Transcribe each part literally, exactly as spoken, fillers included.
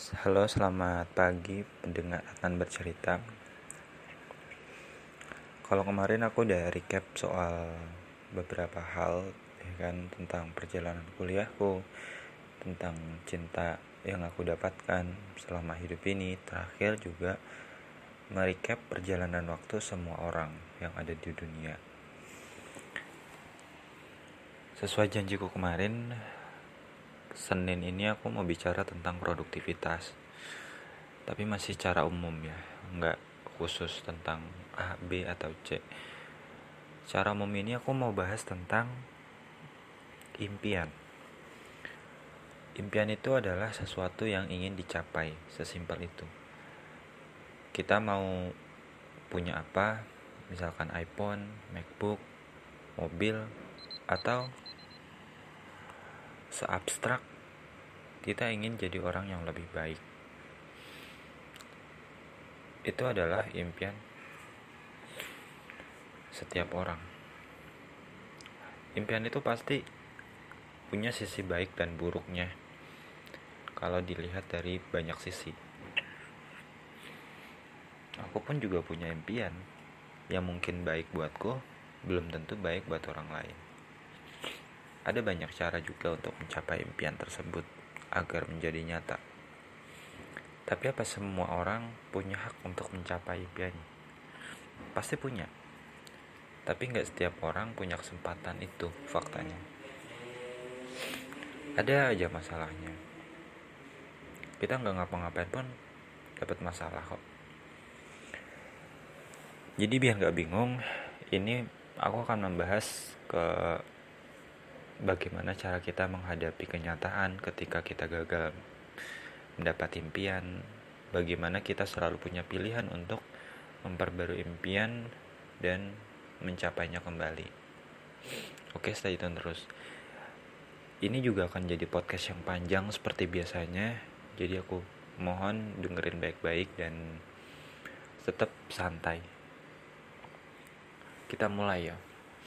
Halo, selamat pagi pendengar akan bercerita. Kalau kemarin aku udah recap soal beberapa hal ya kan, tentang perjalanan kuliahku, tentang cinta yang aku dapatkan selama hidup ini. Terakhir juga merecap perjalanan waktu semua orang yang ada di dunia. Sesuai janjiku kemarin, Senin ini aku mau bicara tentang produktivitas, tapi masih secara umum ya, nggak khusus tentang A, B, atau C. Secara umum ini aku mau bahas tentang impian. Impian itu adalah sesuatu yang ingin dicapai, sesimpel itu. Kita mau punya apa, misalkan iPhone, MacBook, mobil, atau seabstrak kita ingin jadi orang yang lebih baik. Itu adalah impian setiap orang. Impian itu pasti punya sisi baik dan buruknya kalau dilihat dari banyak sisi. Aku pun juga punya impian yang mungkin baik buatku, belum tentu baik buat orang lain. Ada banyak cara juga untuk mencapai impian tersebut agar menjadi nyata. Tapi apa semua orang punya hak untuk mencapai impiannya? Pasti punya. Tapi gak setiap orang punya kesempatan itu, faktanya. Ada aja masalahnya. Kita gak ngapa-ngapain pun dapat masalah kok. Jadi biar gak bingung, ini aku akan membahas ke bagaimana cara kita menghadapi kenyataan ketika kita gagal mendapat impian, bagaimana kita selalu punya pilihan untuk memperbarui impian dan mencapainya kembali. Oke, stay tune terus. Ini juga akan jadi podcast yang panjang seperti biasanya, jadi aku mohon dengerin baik-baik dan tetap santai. Kita mulai ya.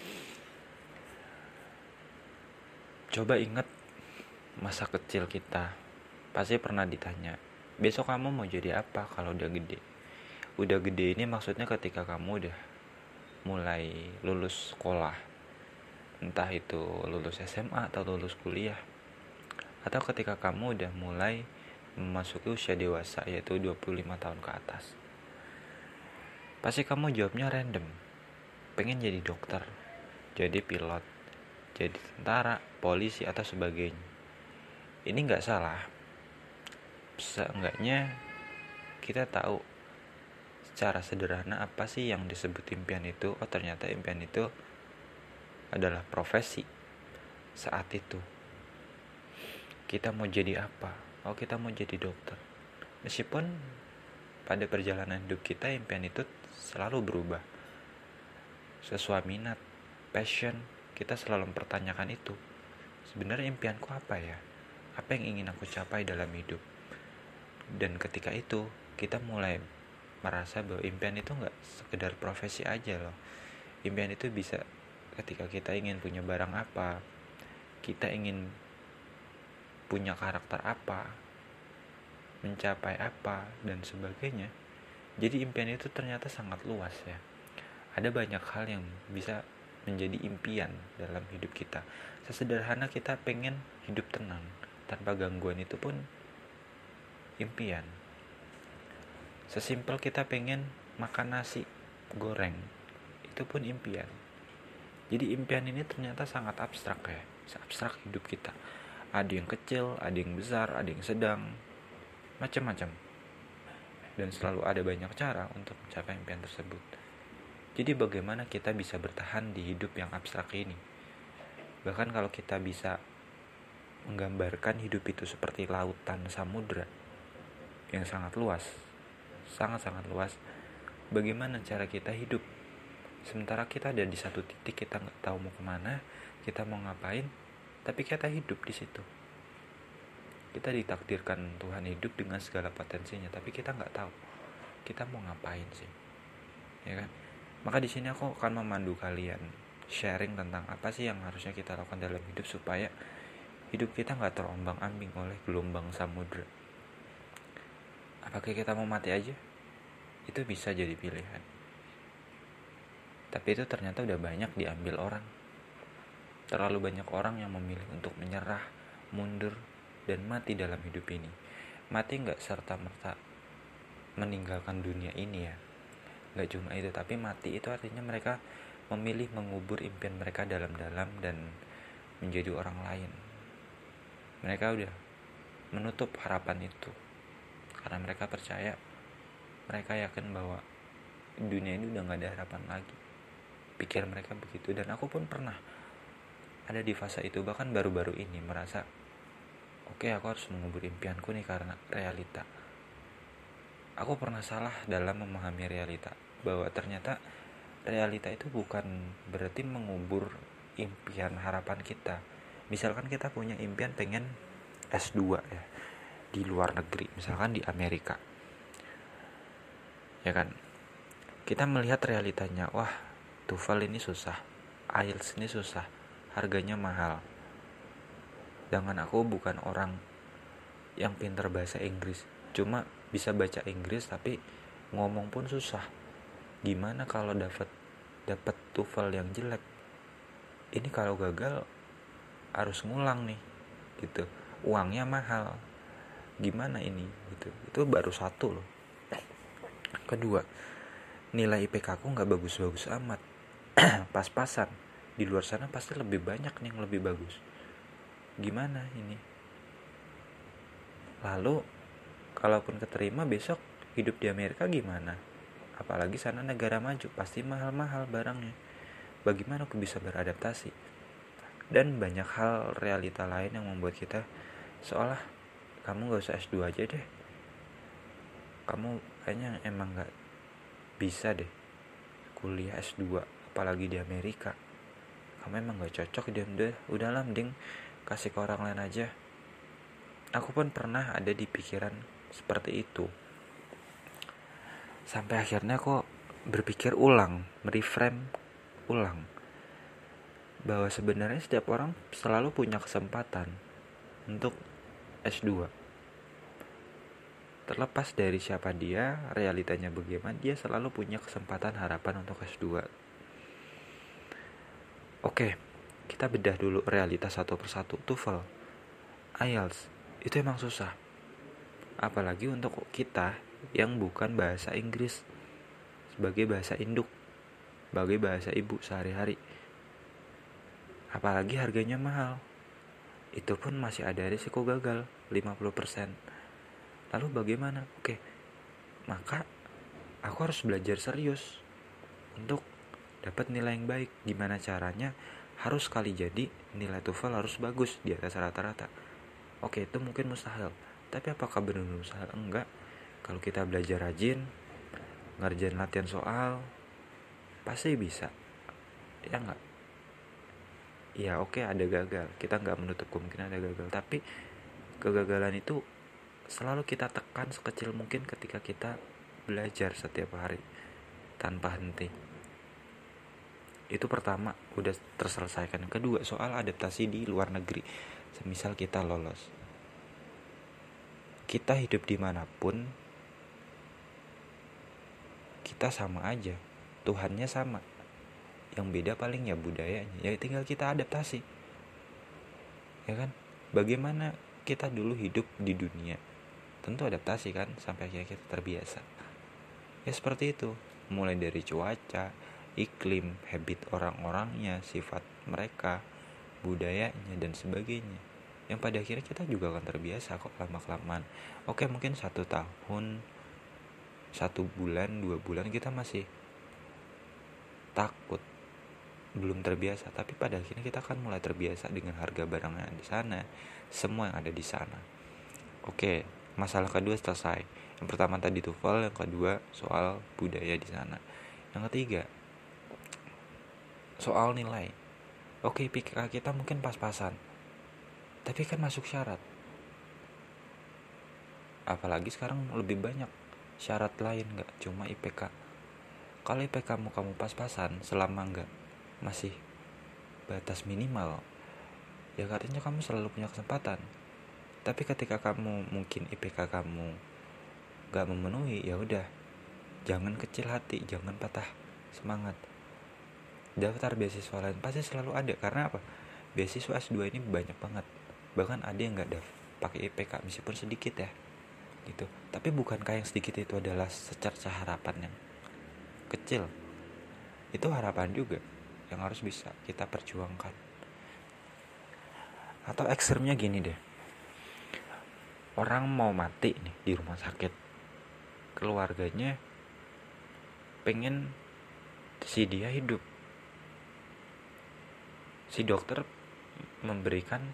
Coba ingat masa kecil kita. Pasti pernah ditanya, besok kamu mau jadi apa kalau udah gede? Udah gede ini maksudnya ketika kamu udah mulai lulus sekolah, entah itu lulus S M A atau lulus kuliah, atau ketika kamu udah mulai memasuki usia dewasa, yaitu dua puluh lima tahun ke atas. Pasti kamu jawabnya random. Pengen jadi dokter, jadi pilot, jadi tentara, polisi, atau sebagainya. Ini gak salah. Seenggaknya kita tahu secara sederhana apa sih yang disebut impian itu. Oh, ternyata impian itu adalah profesi saat itu. Kita mau jadi apa? Oh, kita mau jadi dokter. Meskipun pada perjalanan hidup kita impian itu selalu berubah sesuai minat, passion. Kita selalu mempertanyakan itu. Sebenarnya impianku apa ya? Apa yang ingin aku capai dalam hidup? Dan ketika itu kita mulai merasa bahwa impian itu gak sekedar profesi aja loh. Impian itu bisa ketika kita ingin punya barang apa, kita ingin punya karakter apa, mencapai apa, dan sebagainya. Jadi impian itu ternyata sangat luas ya. Ada banyak hal yang bisa menjadi impian dalam hidup kita. Sesederhana kita pengen hidup tenang tanpa gangguan, itu pun impian. Sesimpel kita pengen makan nasi goreng, itu pun impian. Jadi impian ini ternyata sangat abstrak ya. Abstrak hidup kita. Ada yang kecil, ada yang besar, ada yang sedang, macam-macam. Dan selalu ada banyak cara untuk mencapai impian tersebut. Jadi bagaimana kita bisa bertahan di hidup yang abstrak ini? Bahkan kalau kita bisa menggambarkan hidup itu seperti lautan samudra yang sangat luas, sangat-sangat luas. Bagaimana cara kita hidup? Sementara kita ada di satu titik, kita nggak tahu mau kemana, kita mau ngapain, tapi kita hidup di situ. Kita ditakdirkan Tuhan hidup dengan segala potensinya, tapi kita nggak tahu kita mau ngapain sih, ya kan? Maka di sini aku akan memandu kalian sharing tentang apa sih yang harusnya kita lakukan dalam hidup supaya hidup kita nggak terombang-ambing oleh gelombang samudra. Oke, kita mau mati aja, itu bisa jadi pilihan. Tapi itu ternyata udah banyak diambil orang. Terlalu banyak orang yang memilih untuk menyerah, mundur, dan mati dalam hidup ini. Mati gak serta-merta meninggalkan dunia ini ya. Gak cuma itu, tapi mati itu artinya mereka memilih mengubur impian mereka dalam-dalam dan menjadi orang lain. Mereka udah menutup harapan itu karena mereka percaya, mereka yakin bahwa dunia ini udah gak ada harapan lagi. Pikir mereka begitu, dan aku pun pernah ada di fase itu. Bahkan baru-baru ini merasa, oke, aku harus mengubur impianku nih karena realita. Aku pernah salah dalam memahami realita, bahwa ternyata realita itu bukan berarti mengubur impian harapan kita. Misalkan kita punya impian pengen S dua ya, di luar negeri, misalkan di Amerika, ya kan. Kita melihat realitanya, wah, TOEFL ini susah, I E L T S ini susah, harganya mahal. Dengan aku bukan orang yang pintar bahasa Inggris, cuma bisa baca Inggris tapi ngomong pun susah. Gimana kalau dapat dapat TOEFL yang jelek? Ini kalau gagal harus ngulang nih, gitu. Uangnya mahal. Gimana ini? Gitu. Itu baru satu loh. Kedua, nilai I P K aku nggak bagus-bagus amat. Pas-pasan. Di luar sana pasti lebih banyak nih yang lebih bagus. Gimana ini? Lalu, kalaupun keterima besok hidup di Amerika gimana? Apalagi sana negara maju, pasti mahal-mahal barangnya. Bagaimana aku bisa beradaptasi? Dan banyak hal realita lain yang membuat kita seolah kamu gak usah S dua aja deh. Kamu kayaknya emang gak bisa deh kuliah S dua, apalagi di Amerika. Kamu emang gak cocok deh, udah, udahlah mending kasih ke orang lain aja. Aku pun pernah ada di pikiran seperti itu. Sampai akhirnya aku berpikir ulang, mereframe ulang, bahwa sebenarnya setiap orang selalu punya kesempatan untuk S dua. Terlepas dari siapa dia, realitanya bagaimana, dia selalu punya kesempatan, harapan untuk S dua. Oke, kita bedah dulu realitas satu persatu. TOEFL, I E L T S, itu emang susah. Apalagi untuk kita yang bukan bahasa Inggris sebagai bahasa induk, sebagai bahasa ibu sehari-hari. Apalagi harganya mahal. Itu pun masih ada risiko gagal lima puluh persen. Lalu bagaimana? Oke, maka aku harus belajar serius untuk dapat nilai yang baik. Gimana caranya? Harus sekali jadi nilai TOEFL harus bagus di atas rata-rata. Oke, itu mungkin mustahil. Tapi apakah benar-benar mustahil? Enggak. Kalau kita belajar rajin, ngerjain latihan soal, pasti bisa. Ya enggak? Ya oke, ada gagal. Kita enggak menutup kemungkinan ada gagal. Tapi kegagalan itu selalu kita tekan sekecil mungkin ketika kita belajar setiap hari tanpa henti. Itu pertama, udah terselesaikan. Kedua, soal adaptasi di luar negeri. Semisal kita lolos, kita hidup dimanapun, kita sama aja, Tuhannya sama. Yang beda paling ya budayanya. Ya tinggal kita adaptasi, ya kan? Bagaimana kita dulu hidup di dunia, tentu adaptasi kan, sampai akhirnya kita terbiasa. Ya seperti itu, mulai dari cuaca, iklim, habit orang-orangnya, sifat mereka, budayanya, dan sebagainya. Yang pada akhirnya kita juga akan terbiasa kok lama-kelamaan. Oke, mungkin satu tahun, satu bulan, dua bulan kita masih takut, belum terbiasa. Tapi pada akhirnya kita akan mulai terbiasa dengan harga barang yang ada di sana, semua yang ada di sana. Oke, masalah kedua selesai. Yang pertama tadi TOEFL, yang kedua soal budaya di sana. Yang ketiga, soal nilai. Oke, I P K kita mungkin pas-pasan, tapi kan masuk syarat. Apalagi sekarang lebih banyak syarat lain, gak cuma I P K. Kalau I P K kamu kamu pas-pasan, selama gak masih batas minimal, ya artinya kamu selalu punya kesempatan. Tapi ketika kamu mungkin I P K kamu nggak memenuhi, ya udah, jangan kecil hati, jangan patah semangat. Daftar beasiswa lain pasti selalu ada. Karena apa? Beasiswa S dua ini banyak banget, bahkan ada yang nggak daftar pakai I P K meskipun sedikit ya gitu. Tapi bukankah yang sedikit itu adalah secerca harapan yang kecil? Itu harapan juga yang harus bisa kita perjuangkan. Atau ekstremnya gini deh, orang mau mati nih di rumah sakit, keluarganya pengen si dia hidup. Si dokter memberikan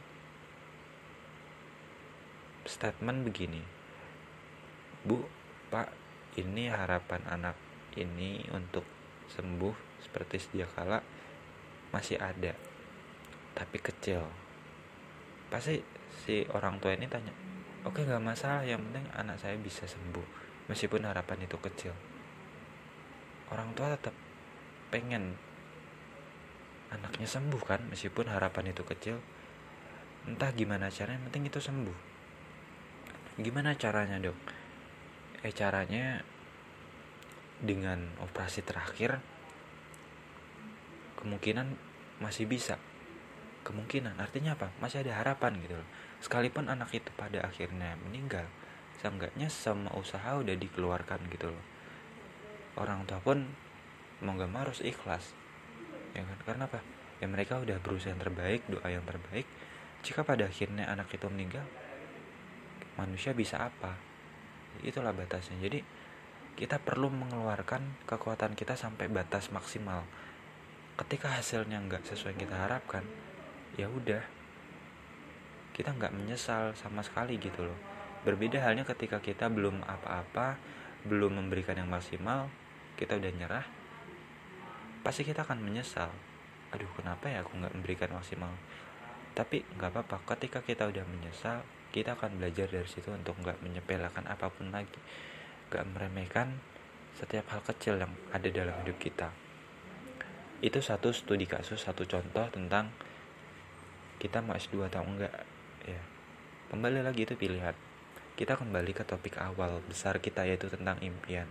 statement begini, Bu, Pak, ini harapan anak ini untuk sembuh seperti sedia kala masih ada, tapi kecil. Pasti si orang tua ini tanya, oke, gak masalah, yang penting anak saya bisa sembuh meskipun harapan itu kecil. Orang tua tetap pengen anaknya sembuh kan, meskipun harapan itu kecil. Entah gimana caranya, yang penting itu sembuh. Gimana caranya, Dok? Eh caranya dengan operasi terakhir kemungkinan masih bisa. Kemungkinan artinya apa? Masih ada harapan gitu loh. Sekalipun anak itu pada akhirnya meninggal, seenggaknya semua usaha udah dikeluarkan gitu loh. Orang tua pun mau gak mau harus ikhlas, ya kan? Karena apa? Ya mereka udah berusaha yang terbaik, doa yang terbaik. Jika pada akhirnya anak itu meninggal, manusia bisa apa? Itulah batasnya. Jadi kita perlu mengeluarkan kekuatan kita sampai batas maksimal. Ketika hasilnya nggak sesuai yang kita harapkan, ya udah, kita nggak menyesal sama sekali gitu loh. Berbeda halnya ketika kita belum apa-apa, belum memberikan yang maksimal, kita udah nyerah, pasti kita akan menyesal. Aduh, kenapa ya aku nggak memberikan maksimal? Tapi nggak apa-apa, ketika kita udah menyesal, kita akan belajar dari situ untuk nggak menyepelekan apapun lagi, nggak meremehkan setiap hal kecil yang ada dalam hidup kita. Itu satu studi kasus, satu contoh tentang kita mau S dua atau enggak ya. Kembali lagi, itu pilihan. Kita kembali ke topik awal besar kita, yaitu tentang impian.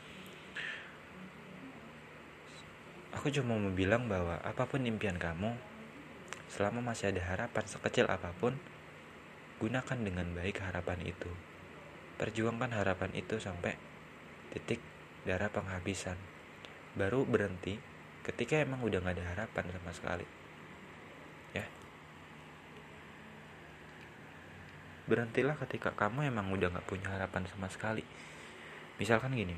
Aku cuma mau bilang bahwa apapun impian kamu, selama masih ada harapan sekecil apapun, gunakan dengan baik harapan itu. Perjuangkan harapan itu sampai titik darah penghabisan. Baru berhenti ketika emang udah gak ada harapan sama sekali. Ya. Berhentilah ketika kamu emang udah gak punya harapan sama sekali. Misalkan gini,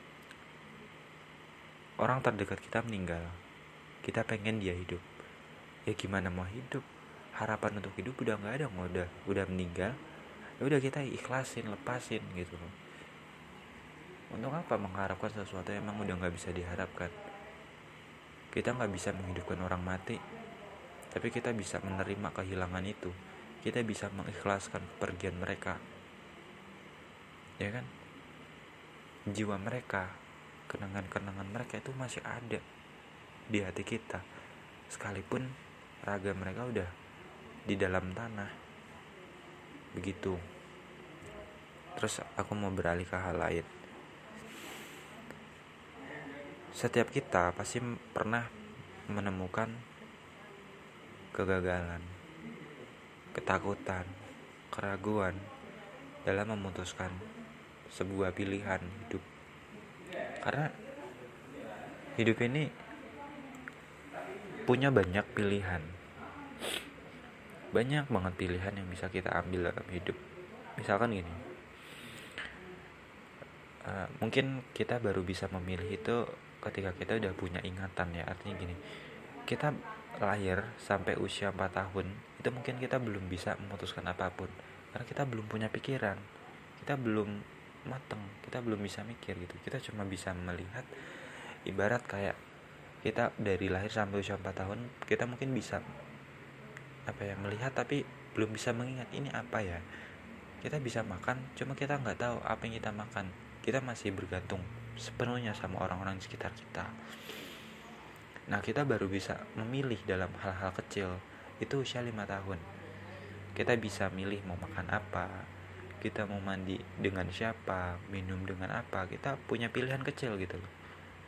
orang terdekat kita meninggal, kita pengen dia hidup. Ya gimana mau hidup? Harapan untuk hidup udah gak ada, udah udah meninggal. Ya udah, kita ikhlasin, lepasin gitu loh. Untuk apa mengharapkan sesuatu yang emang udah gak bisa diharapkan? Kita gak bisa menghidupkan orang mati, tapi kita bisa menerima kehilangan itu. Kita bisa mengikhlaskan kepergian mereka, ya kan? Jiwa mereka, kenangan-kenangan mereka itu masih ada di hati kita, sekalipun raga mereka udah di dalam tanah. Begitu. Terus aku mau beralih ke hal lain. Setiap kita pasti pernah menemukan kegagalan, ketakutan, keraguan dalam memutuskan sebuah pilihan hidup. Karena hidup ini punya banyak pilihan. Banyak banget pilihan yang bisa kita ambil dalam hidup. Misalkan gini, uh, mungkin kita baru bisa memilih itu ketika kita udah punya ingatan ya. Artinya gini, kita lahir sampai usia empat tahun, itu mungkin kita belum bisa memutuskan apapun, karena kita belum punya pikiran, kita belum mateng, kita belum bisa mikir gitu. Kita cuma bisa melihat, ibarat kayak kita dari lahir sampai usia empat tahun, kita mungkin bisa apa ya, melihat tapi belum bisa mengingat ini apa ya. Kita bisa makan, cuma kita nggak tahu apa yang kita makan. Kita masih bergantung sepenuhnya sama orang-orang di sekitar kita. Nah, kita baru bisa memilih dalam hal-hal kecil itu usia lima tahun. Kita bisa milih mau makan apa, kita mau mandi dengan siapa, minum dengan apa, kita punya pilihan kecil gitu loh.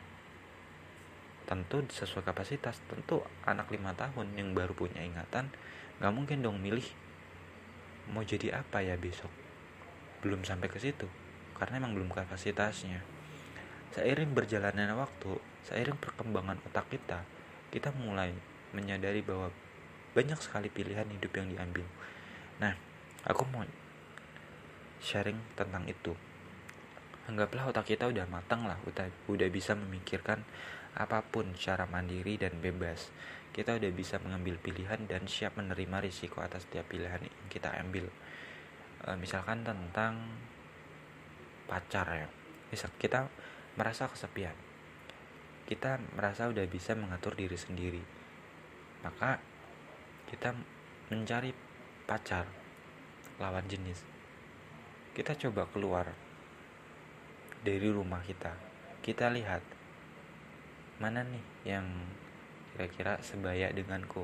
Tentu sesuai kapasitas. Tentu anak lima tahun yang baru punya ingatan gak mungkin dong milih mau jadi apa ya besok. Belum sampai ke situ, karena emang belum kapasitasnya. Seiring berjalannya waktu, seiring perkembangan otak kita, kita mulai menyadari bahwa banyak sekali pilihan hidup yang diambil. Nah, aku mau sharing tentang itu. Anggaplah otak kita udah matang lah, udah, udah bisa memikirkan apapun secara mandiri dan bebas. Kita udah bisa mengambil pilihan dan siap menerima risiko atas setiap pilihan yang kita ambil. E, misalkan tentang pacar ya. Misal kita merasa kesepian, kita merasa udah bisa mengatur diri sendiri, maka kita mencari pacar lawan jenis. Kita coba keluar dari rumah kita, kita lihat mana nih yang kira-kira sebaya denganku.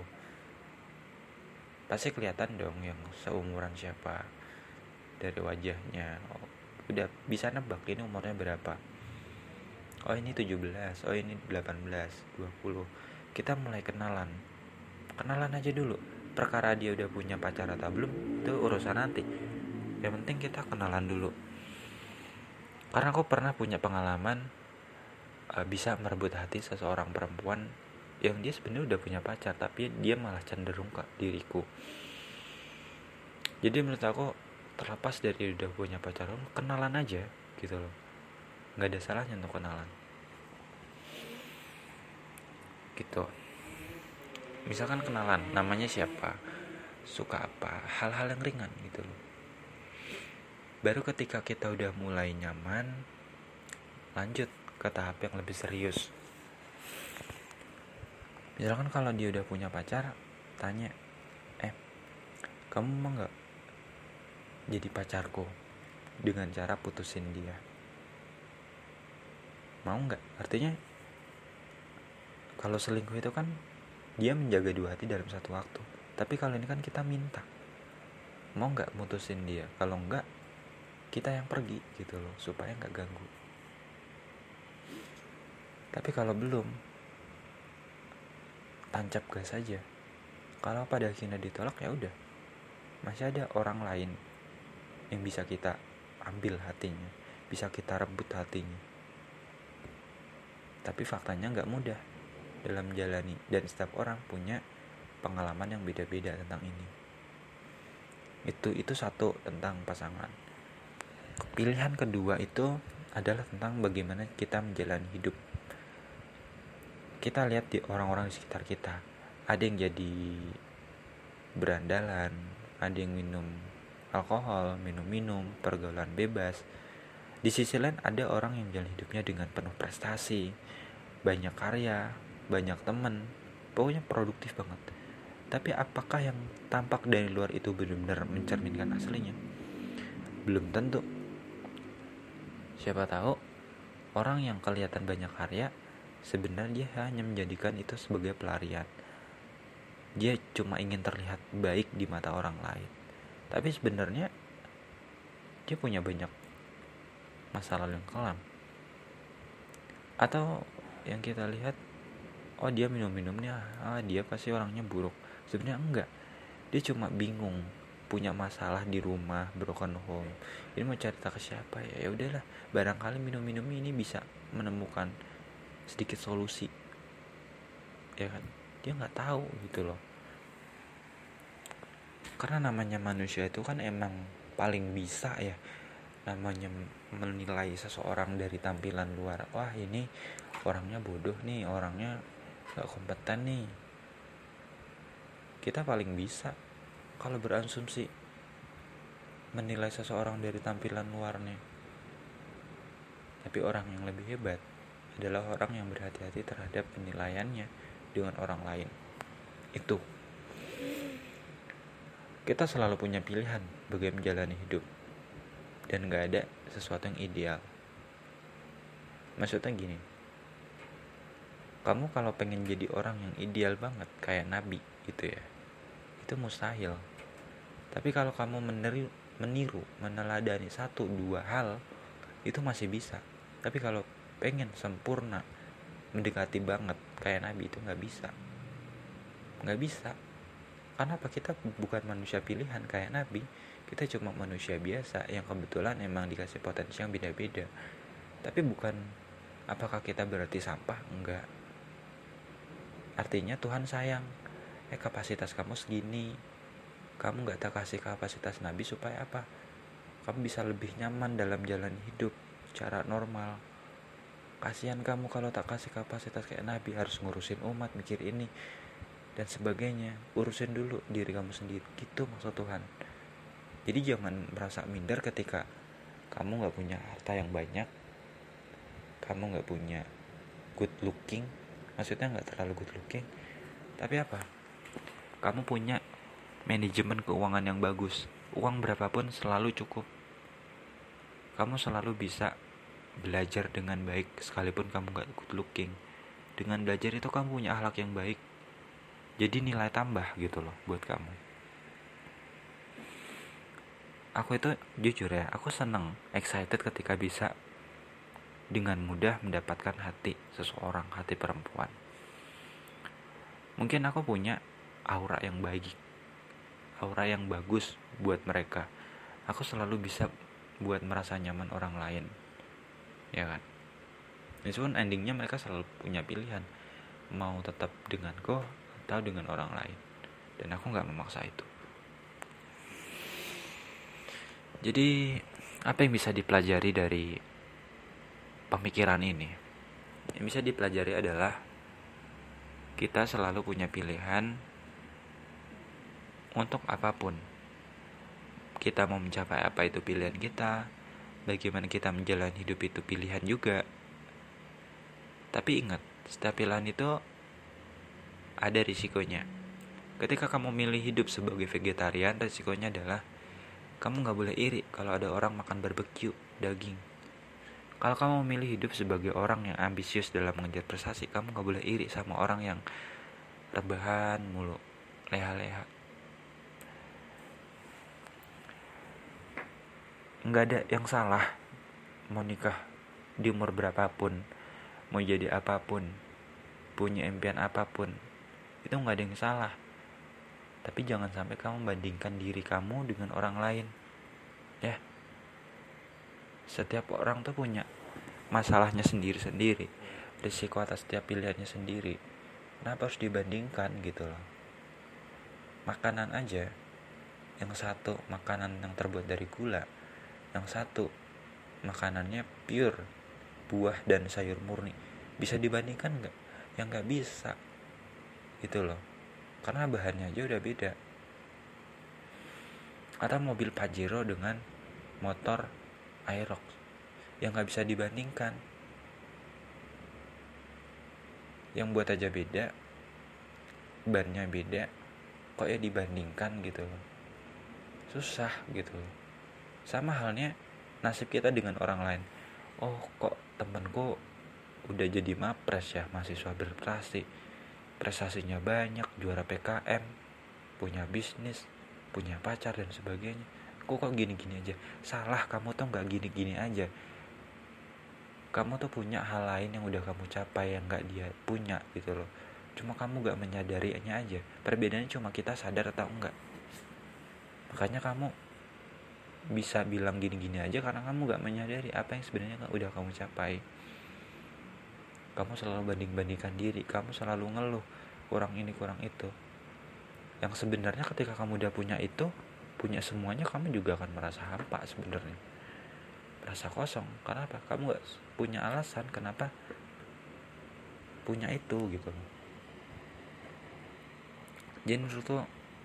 Pasti kelihatan dong yang seumuran siapa dari wajahnya. Oh, udah bisa nebak ini umurnya berapa. Oh ini tujuh belas, oh ini delapan belas, dua puluh. Kita mulai kenalan. Kenalan aja dulu. Perkara dia udah punya pacar atau belum, itu urusan nanti. Yang penting kita kenalan dulu. Karena aku pernah punya pengalaman uh, bisa merebut hati seseorang perempuan yang dia sebenarnya udah punya pacar, tapi dia malah cenderung ke diriku. Jadi menurut aku, terlepas dari udah punya pacar, kenalan aja gitu loh. Gak ada salahnya untuk kenalan gitu. Misalkan kenalan, namanya siapa, suka apa, hal-hal yang ringan gitu loh. Baru ketika kita udah mulai nyaman, lanjut ke tahap yang lebih serius. Misalkan kalau dia udah punya pacar, tanya, Eh, kamu mau gak jadi pacarku dengan cara putusin dia? Mau gak? Artinya kalau selingkuh itu kan dia menjaga dua hati dalam satu waktu. Tapi kalau ini kan kita minta, mau gak mutusin dia? Kalau enggak, kita yang pergi gitu loh, supaya gak ganggu. Tapi kalau belum, tancap gas saja. Kalau pada akhirnya ditolak, ya udah, masih ada orang lain yang bisa kita ambil hatinya, bisa kita rebut hatinya. Tapi faktanya gak mudah dalam menjalani, dan setiap orang punya pengalaman yang beda-beda tentang ini. Itu itu satu tentang pasangan. Pilihan kedua itu adalah tentang bagaimana kita menjalani hidup. Kita lihat di orang-orang di sekitar kita. Ada yang jadi berandalan, ada yang minum alkohol, minum-minum, pergaulan bebas. Di sisi lain ada orang yang menjalani hidupnya dengan penuh prestasi, banyak karya, banyak teman, pokoknya produktif banget. Tapi apakah yang tampak dari luar itu benar-benar mencerminkan aslinya? Belum tentu. Siapa tahu orang yang kelihatan banyak karya sebenarnya dia hanya menjadikan itu sebagai pelarian. Dia cuma ingin terlihat baik di mata orang lain. Tapi sebenarnya dia punya banyak masalah yang kelam. Atau yang kita lihat, oh dia minum-minumnya, ah dia pasti orangnya buruk. Sebenarnya enggak. Dia cuma bingung, punya masalah di rumah, broken home. Ini mau cerita ke siapa ya? Ya udahlah, barangkali minum-minum ini bisa menemukan sedikit solusi. Ya kan? Dia enggak tahu gitu loh. Karena namanya manusia itu kan emang paling bisa ya, namanya menilai seseorang dari tampilan luar. Wah ini orangnya bodoh nih, orangnya gak kompeten nih. Kita paling bisa kalau berasumsi menilai seseorang dari tampilan luarnya. Tapi orang yang lebih hebat adalah orang yang berhati-hati terhadap penilaiannya dengan orang lain. Itu. Kita selalu punya pilihan bagaimana menjalani hidup. Dan gak ada sesuatu yang ideal. Maksudnya gini, kamu kalau pengen jadi orang yang ideal banget kayak nabi gitu ya, itu mustahil. Tapi kalau kamu meneri, meniru, meneladani satu dua hal itu masih bisa. Tapi kalau pengen sempurna, mendekati banget kayak Nabi itu nggak bisa, nggak bisa. Karena apa? Kita bukan manusia pilihan kayak Nabi. Kita cuma manusia biasa yang kebetulan emang dikasih potensi yang beda-beda. Tapi bukan apakah kita berarti sampah? Enggak. Artinya Tuhan sayang. Eh kapasitas kamu segini, kamu gak tak kasih kapasitas Nabi supaya apa? Kamu bisa lebih nyaman dalam jalan hidup cara normal. Kasihan kamu kalau tak kasih kapasitas kayak Nabi, harus ngurusin umat, mikir ini dan sebagainya. Urusin dulu diri kamu sendiri. Gitu maksud Tuhan. Jadi jangan merasa minder ketika kamu gak punya harta yang banyak, kamu gak punya good looking. Maksudnya gak terlalu good looking, tapi apa? Kamu punya manajemen keuangan yang bagus. Uang berapapun selalu cukup. Kamu selalu bisa belajar dengan baik sekalipun kamu gak good looking. Dengan belajar itu kamu punya akhlak yang baik. Jadi nilai tambah gitu loh buat kamu. Aku itu jujur ya, aku seneng, excited ketika bisa dengan mudah mendapatkan hati seseorang, hati perempuan. Mungkin aku punya aura yang baik, aura yang bagus buat mereka. Aku selalu bisa buat merasa nyaman orang lain, ya kan? Meskipun endingnya mereka selalu punya pilihan, mau tetap denganku atau dengan orang lain, dan aku gak memaksa itu. Jadi apa yang bisa dipelajari dari pemikiran ini? Yang bisa dipelajari adalah kita selalu punya pilihan untuk apapun. Kita mau mencapai apa itu pilihan kita. Bagaimana kita menjalani hidup itu pilihan juga. Tapi ingat, setiap pilihan itu ada risikonya. Ketika kamu milih hidup sebagai vegetarian, risikonya adalah kamu gak boleh iri kalau ada orang makan barbeque daging. Kalau kamu memilih hidup sebagai orang yang ambisius dalam mengejar prestasi, kamu gak boleh iri sama orang yang rebahan mulu, leha-leha. Gak ada yang salah mau nikah di umur berapapun, mau jadi apapun, punya impian apapun. Itu gak ada yang salah. Tapi jangan sampai kamu bandingkan diri kamu dengan orang lain. Ya. Setiap orang tuh punya masalahnya sendiri-sendiri, risiko atas setiap pilihannya sendiri. Kenapa harus dibandingkan gitu loh? Makanan aja, yang satu makanan yang terbuat dari gula, yang satu makanannya pure buah dan sayur murni. Bisa dibandingkan gak? Ya gak bisa gitu loh, karena bahannya aja udah beda. Atau mobil Pajero dengan motor Aerox, yang gak bisa dibandingkan. Yang buat aja beda, bannya beda, kok ya dibandingkan gitu loh. Susah gitu loh. Sama halnya nasib kita dengan orang lain. Oh kok temenku udah jadi mapres ya, mahasiswa berprestasi, prestasinya banyak, juara P K M, punya bisnis, punya pacar dan sebagainya. Kok kok gini-gini aja? Salah, kamu tuh gak gini-gini aja. Kamu tuh punya hal lain yang udah kamu capai yang gak dia punya gitu loh. Cuma kamu gak menyadarinya aja. Perbedaannya cuma kita sadar atau enggak. Makanya kamu bisa bilang gini-gini aja karena kamu gak menyadari apa yang sebenarnya udah kamu capai. Kamu selalu banding-bandingkan diri, kamu selalu ngeluh kurang ini kurang itu. Yang sebenarnya ketika kamu udah punya itu, punya semuanya, kamu juga akan merasa hampa sebenarnya, merasa kosong. Karena apa? Kamu gak punya alasan kenapa punya itu gitu. Jadi menurutku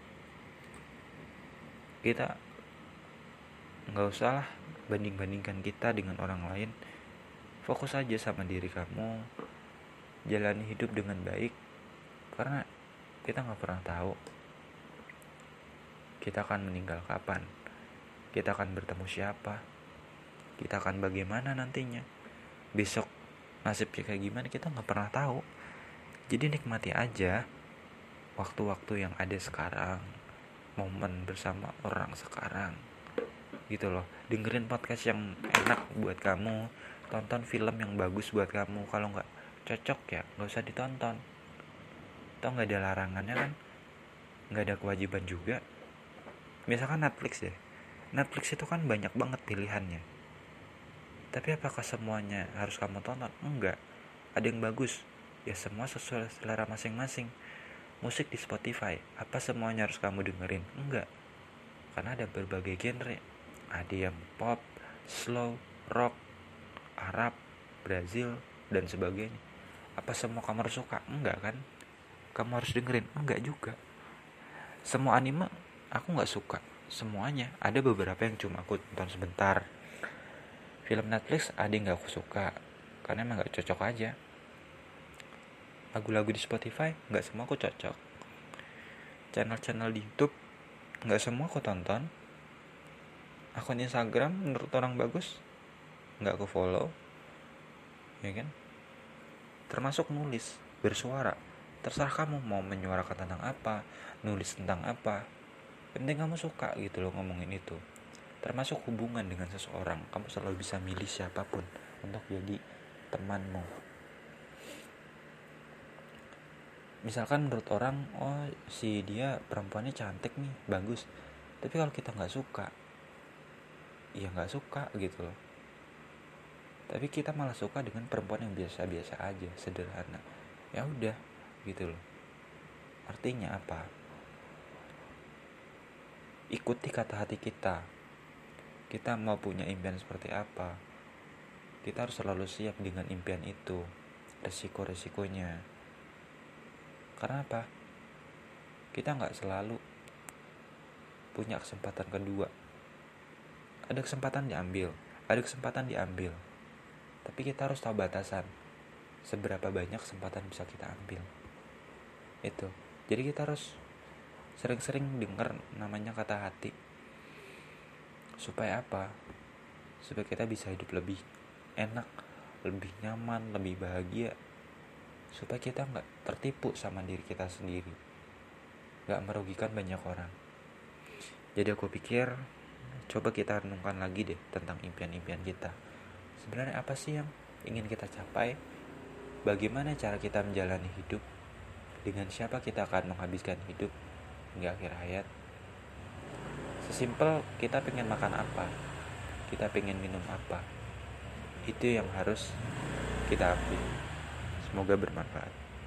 kita gak usah lah banding-bandingkan kita dengan orang lain. Fokus aja sama diri kamu, jalani hidup dengan baik. Karena kita gak pernah tahu kita akan meninggal kapan, kita akan bertemu siapa, kita akan bagaimana nantinya, besok nasibnya kayak gimana, kita gak pernah tahu. Jadi nikmati aja waktu-waktu yang ada sekarang, momen bersama orang sekarang. gitu loh. Dengerin podcast yang enak buat kamu, tonton film yang bagus buat kamu. Kalau nggak cocok ya nggak usah ditonton. Toh nggak ada larangannya kan, nggak ada kewajiban juga. Misalkan Netflix deh, Netflix itu kan banyak banget pilihannya, tapi apakah semuanya harus kamu tonton? Enggak. Ada yang bagus ya, semua sesuai selera masing-masing. Musik di Spotify, apa semuanya harus kamu dengerin? Enggak, karena ada berbagai genre. Ada yang pop, slow, rock, Arab, Brazil, dan sebagainya. Apa semua kamu harus suka? Enggak kan? Kamu harus dengerin? Enggak juga. Semua anime aku gak suka semuanya. Ada beberapa yang cuma aku tonton sebentar. Film Netflix ada yang gak aku suka, karena emang gak cocok aja. Lagu-lagu di Spotify gak semua aku cocok. Channel-channel di YouTube gak semua aku tonton. Akun Instagram menurut orang bagus gak aku follow, ya kan? Termasuk nulis, bersuara. Terserah kamu mau menyuarakan tentang apa, nulis tentang apa. Penting kamu suka gitu loh ngomongin itu. Termasuk hubungan dengan seseorang, kamu selalu bisa milih siapapun untuk jadi temanmu. Misalkan menurut orang, oh si dia perempuannya cantik nih, bagus. Tapi kalau kita gak suka, ya gak suka gitu loh. Tapi kita malah suka dengan perempuan yang biasa-biasa aja, sederhana. Ya udah gitu loh. Artinya apa? Ikuti kata hati kita. Kita mau punya impian seperti apa, kita harus selalu siap dengan impian itu, resiko-resikonya. Karena apa? Kita gak selalu punya kesempatan kedua. Ada kesempatan diambil, ada kesempatan diambil. Tapi kita harus tahu batasan, seberapa banyak kesempatan bisa kita ambil. Itu. Jadi kita harus sering-sering dengar namanya kata hati. Supaya apa? Supaya kita bisa hidup lebih enak, lebih nyaman, lebih bahagia. Supaya kita gak tertipu sama diri kita sendiri, gak merugikan banyak orang. Jadi aku pikir, coba kita renungkan lagi deh tentang impian-impian kita. Sebenarnya apa sih yang ingin kita capai? Bagaimana cara kita menjalani hidup? Dengan siapa kita akan menghabiskan hidup hingga akhir hayat? Sesimpel kita pengen makan apa, kita pengen minum apa, itu yang harus kita ambil. Semoga bermanfaat.